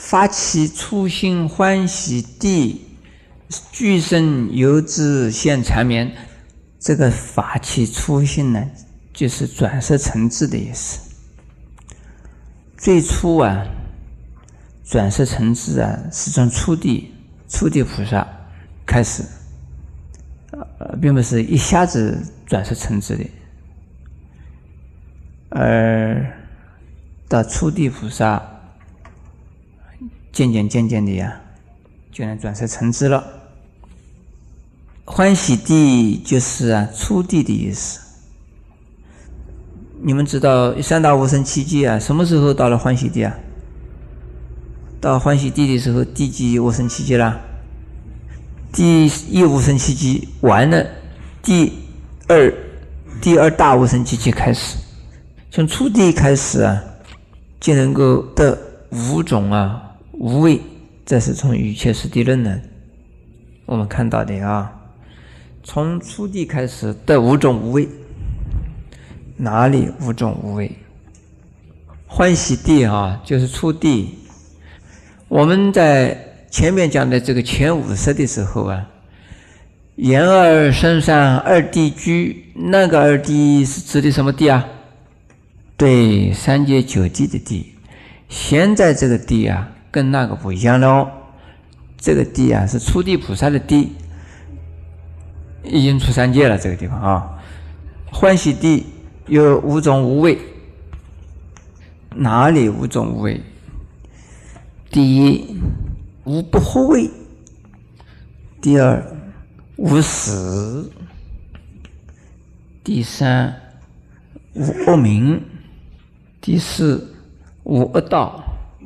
发起初心欢喜地，具身由之现缠绵。这个发起初心呢，就是转识成智的意思。最初啊，转识成智啊，是从初地菩萨开始，并不是一下子转识成智的，而到初地菩萨，渐渐的呀，就能转识成智了。欢喜地就是初地的意思。你们知道三大无生七界啊，什么时候到了欢喜地啊？到欢喜地的时候，第几无生七界啦？第一无生七界完了，第二大无生七界开始。从初地开始啊，就能够得五种无畏。这是从瑜伽师地论呢我们看到的啊。从初地开始得五种无畏。哪里五种无畏？欢喜地就是初地。我们在前面讲的这个前五识的时候眼耳身三二地居，那个二地是指的什么地啊？对，三界九地的地。现在这个地跟那个不一样了哦。这个地是初地菩萨的地，已经出三界了。这个地方欢喜地有五种无畏。哪里五种无畏？第一，无不惑畏；第二，无死；第三，无恶名；第四，无恶道；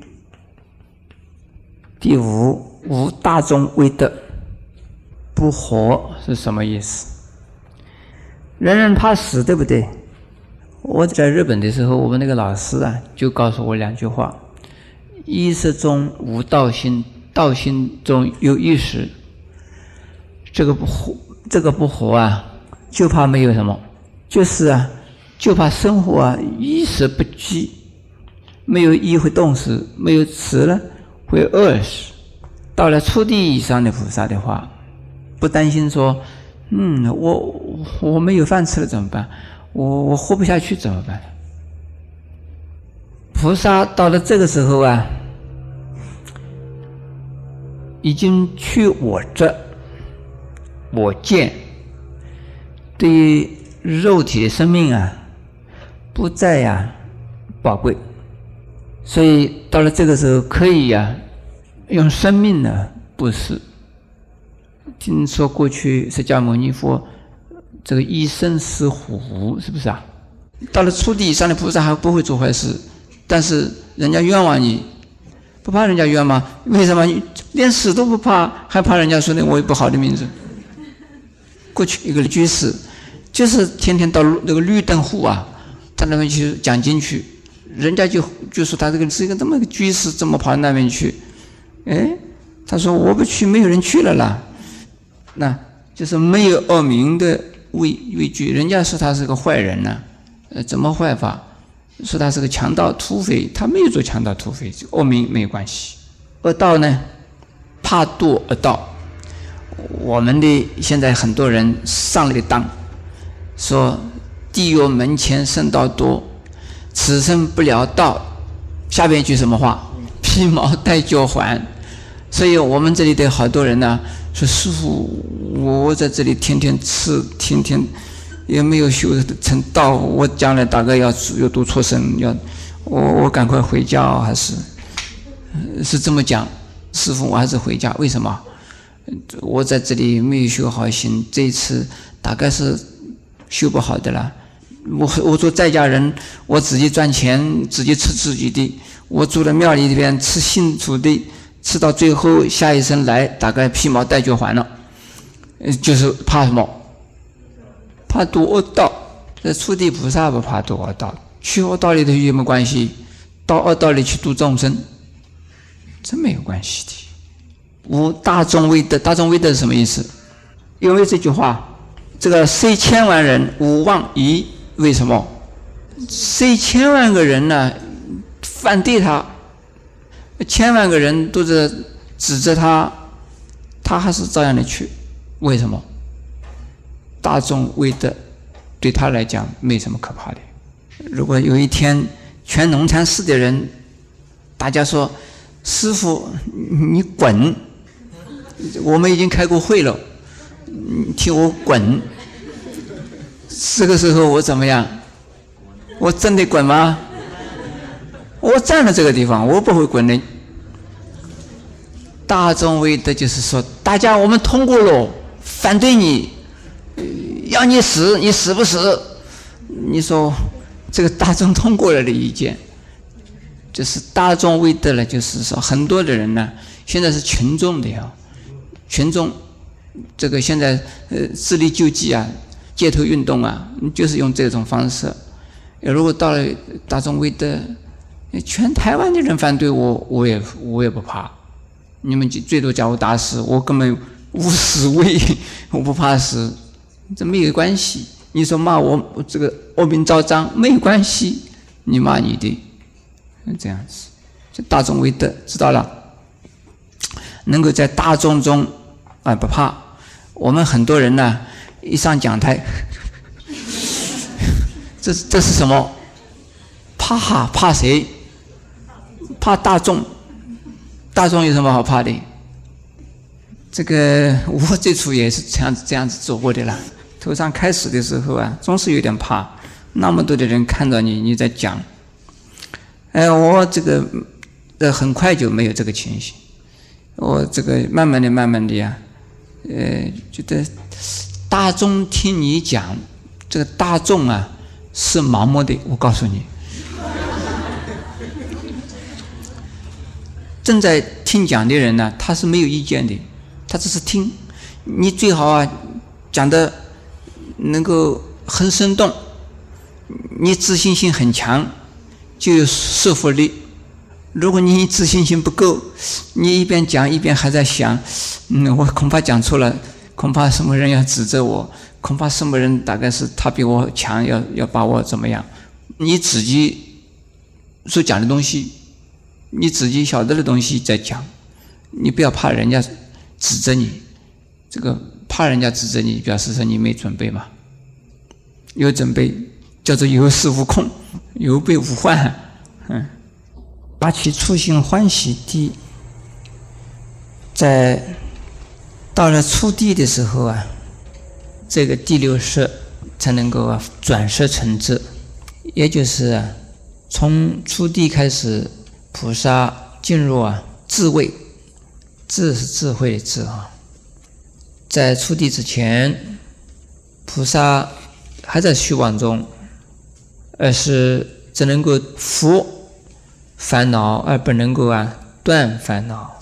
第五，无大众威德。不活是什么意思？人人怕死，对不对？我在日本的时候，我们那个老师就告诉我两句话：意识中无道心，道心中有意识。这个不活就怕没有什么，就怕生活衣食不济，没有衣会冻死，没有食了会饿死。到了初地以上的菩萨的话，不担心说我没有饭吃了怎么办？我活不下去怎么办？菩萨到了这个时候已经去我执我见，对于肉体的生命不再宝贵，所以到了这个时候可以用生命布施。听说过去释迦牟尼佛这个一生食虎，是不是到了初地以上的菩萨还不会做坏事，但是人家冤枉你，不怕人家冤吗？为什么你连死都不怕，还怕人家说我有不好的名字？过去一个居士，就是天天到那个绿灯户到那边去讲经去，人家就说他这个是一个这么个居士，怎么跑到那边去？他说我不去，没有人去了啦。那就是没有恶名的畏惧，人家说他是个坏人怎么坏法？说他是个强盗土匪，他没有做强盗土匪，恶名没有关系。恶道呢，怕堕恶道。我们的现在很多人上了个当，说地狱门前僧道多，此生不了道。下边一句什么话？披毛戴脚环。所以我们这里的好多人说师父，我在这里天天吃，天天也没有修成道，我将来大概要度错生，我赶快回家还是这么讲？师父，我还是回家。为什么？我在这里没有修好行，这一次大概是修不好的了。我做在家人，我自己赚钱，自己吃自己的。我住在庙里边吃信徒的。吃到最后下一生来大概披毛戴脚环了，就是怕什么？怕堕恶道。这初地菩萨不怕堕恶道，去恶道里头有没有关系？到恶道里去度众生，这没有关系的。无大众威德，大众威德是什么意思？因为这句话，这个虽千万人无妄疑，为什么？虽千万个人反对他， 千万个人都在指责他，他还是照样的去。为什么？大众为德对他来讲没什么可怕的。如果有一天全龙潭寺的人，大家说师父你滚，我们已经开过会了，你替我滚，这个时候我怎么样？我真的滚吗？我站在这个地方，我不会滚的。大众为德就是说，大家我们通过了，反对你，要你死，你死不死？你说这个大众通过了的意见，就是大众为德了，就是说很多的人呢，现在是群众的呀，群众这个现在自力救济啊，街头运动啊，就是用这种方式。如果到了大众为德，全台湾的人反对我，我也不怕。你们最多叫我打死，我根本无死为，我不怕死，这没有关系。你说骂我这个恶名昭彰没有关系，你骂你的，这样子。这大众为德，知道了？能够在大众中不怕。我们很多人呢，一上讲台，这是什么？怕谁？怕大众。大众有什么好怕的？这个我最初也是这样子做过的啦。头上开始的时候啊，总是有点怕，那么多的人看到你在讲，我这个很快就没有这个情形。我这个慢慢的呀，觉得大众听你讲，这个大众啊是盲目的，我告诉你。正在听讲的人呢，他是没有意见的，他只是听。你最好啊讲的能够很生动，你自信心很强，就有说服力。如果你自信心不够，你一边讲一边还在想，我恐怕讲错了，恐怕什么人要指责我，恐怕什么人大概是他比我强，要把我怎么样？你自己所讲的东西，你自己晓得的东西在讲，你不要怕人家指责你。这个怕人家指责你，表示说你没准备嘛。有准备叫做有恃无恐，有备无患。发起初心欢喜地，到了初地的时候啊，这个第六识才能够转识成智，也就是从初地开始，菩萨进入智位，智是智慧的智在初地之前，菩萨还在虚妄中，而是只能够伏烦恼，而不能够断烦恼。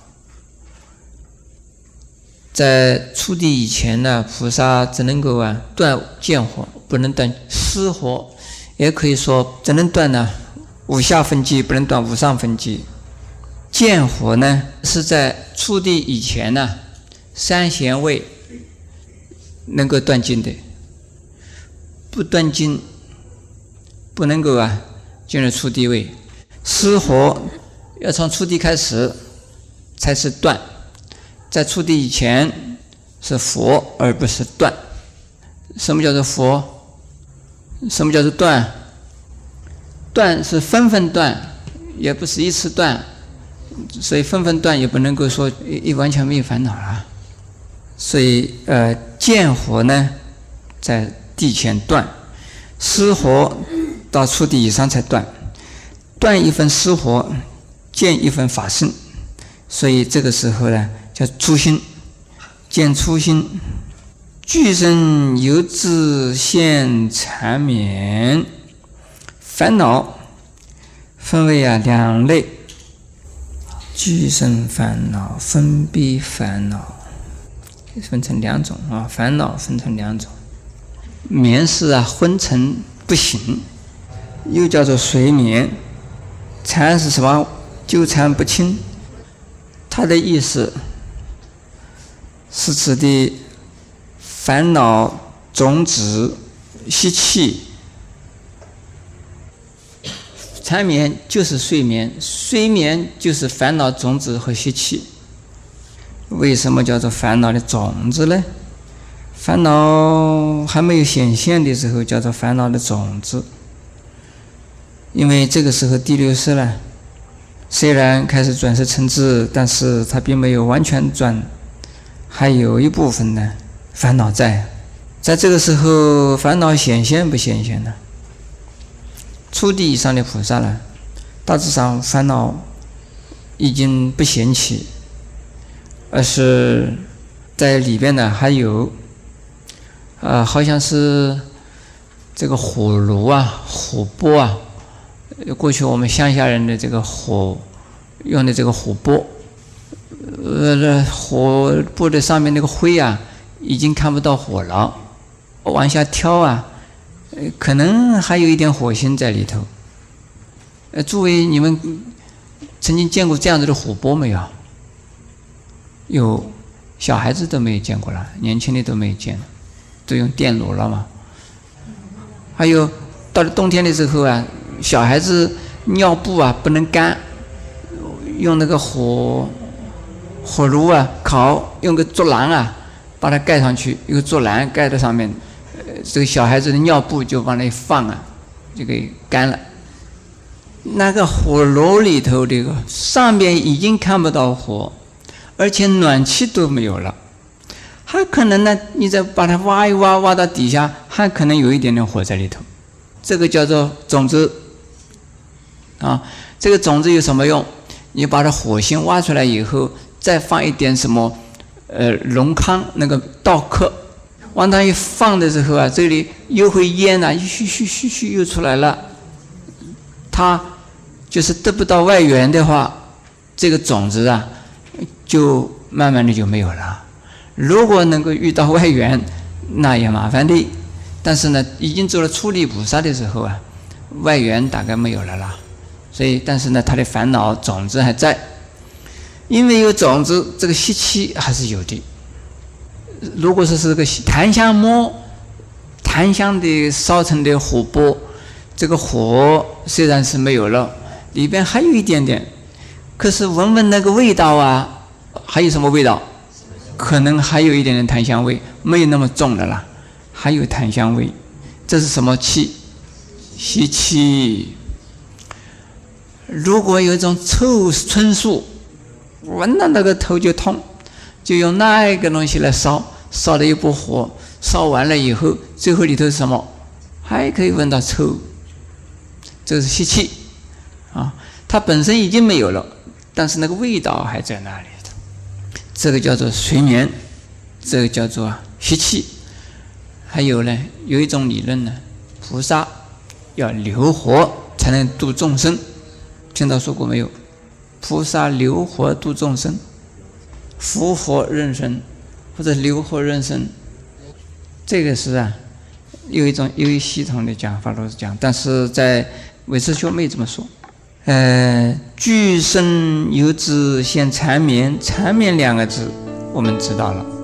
在初地以前呢，菩萨只能够断见惑，不能断思惑，也可以说只能断五下分际，不能断五上分际。见惑呢，是在初地以前呢，三贤位能够断尽的，不断尽不能够进入初地位。思惑要从初地开始才是断，在初地以前是佛而不是断。什么叫做佛？什么叫做断？断是分分断，也不是一次断，所以分分断也不能够说完全没有烦恼了。所以见惑呢在地前断，思惑到初地以上才断。断一分思惑，见一分法身，所以这个时候呢叫初心。见初心，具身由自现缠绵。烦恼分为两类，具身烦恼、分别烦恼，分成两种烦恼分成两种。眠是昏沉不醒，又叫做睡眠。缠是什么？纠缠不清。它的意思是指的烦恼种子习气缠绵就是睡眠，睡眠就是烦恼种子和习气。为什么叫做烦恼的种子呢？烦恼还没有显现的时候叫做烦恼的种子，因为这个时候第六识了，虽然开始转识成智，但是它并没有完全转，还有一部分呢烦恼在这个时候烦恼显现不显现呢？初地以上的菩萨了，大致上烦恼已经不显起，而是在里边呢还有好像是这个火炉啊、火钵啊，过去我们乡下人的这个火用的这个火钵，火钵的上面那个灰啊，已经看不到火了，往下挑啊，可能还有一点火星在里头。诸位，你们曾经见过这样子的火钵没有？有，小孩子都没有见过了，年轻的都没有见了，都用电炉了嘛。还有到了冬天的时候啊，小孩子尿布啊不能干，用那个火炉啊烤，用个竹篮啊把它盖上去，一个竹篮盖在上面，这个小孩子的尿布就往那一放啊，就给干了。那个火炉里头这个上面已经看不到火，而且暖气都没有了，还可能呢，你再把它挖一挖，挖到底下，还可能有一点点火在里头。这个叫做种子啊。这个种子有什么用？你把它火星挖出来以后，再放一点什么龙糠那个稻壳，往它一放的时候啊，这里又会烟啊，嘘又出来了。它就是得不到外援的话，这个种子啊就慢慢的就没有了。如果能够遇到外援，那也麻烦的。但是呢，已经做了初地菩萨的时候啊，外援大概没有了啦。所以，但是呢，他的烦恼种子还在，因为有种子，这个习气还是有的。如果说是个檀香末，檀香的烧成的火钵，这个火虽然是没有了，里边还有一点点，可是闻闻那个味道啊，还有什么味道？可能还有一点点檀香味，没有那么重的啦，还有檀香味。这是什么气？习气。如果有一种臭椿树，闻到那个头就痛，就用那个东西来烧，烧了一波火，烧完了以后，最后里头是什么？还可以闻到臭。这是习气啊，它本身已经没有了，但是那个味道还在那里的。这个叫做睡眠，这个叫做习气。还有呢，有一种理论呢，菩萨要留活才能度众生，听到说过没有？菩萨留活度众生，复活人生或者留活人生，这个是有一系统的讲法都是讲，但是在唯识学没这么说。具身有之现缠绵，缠绵两个字我们知道了。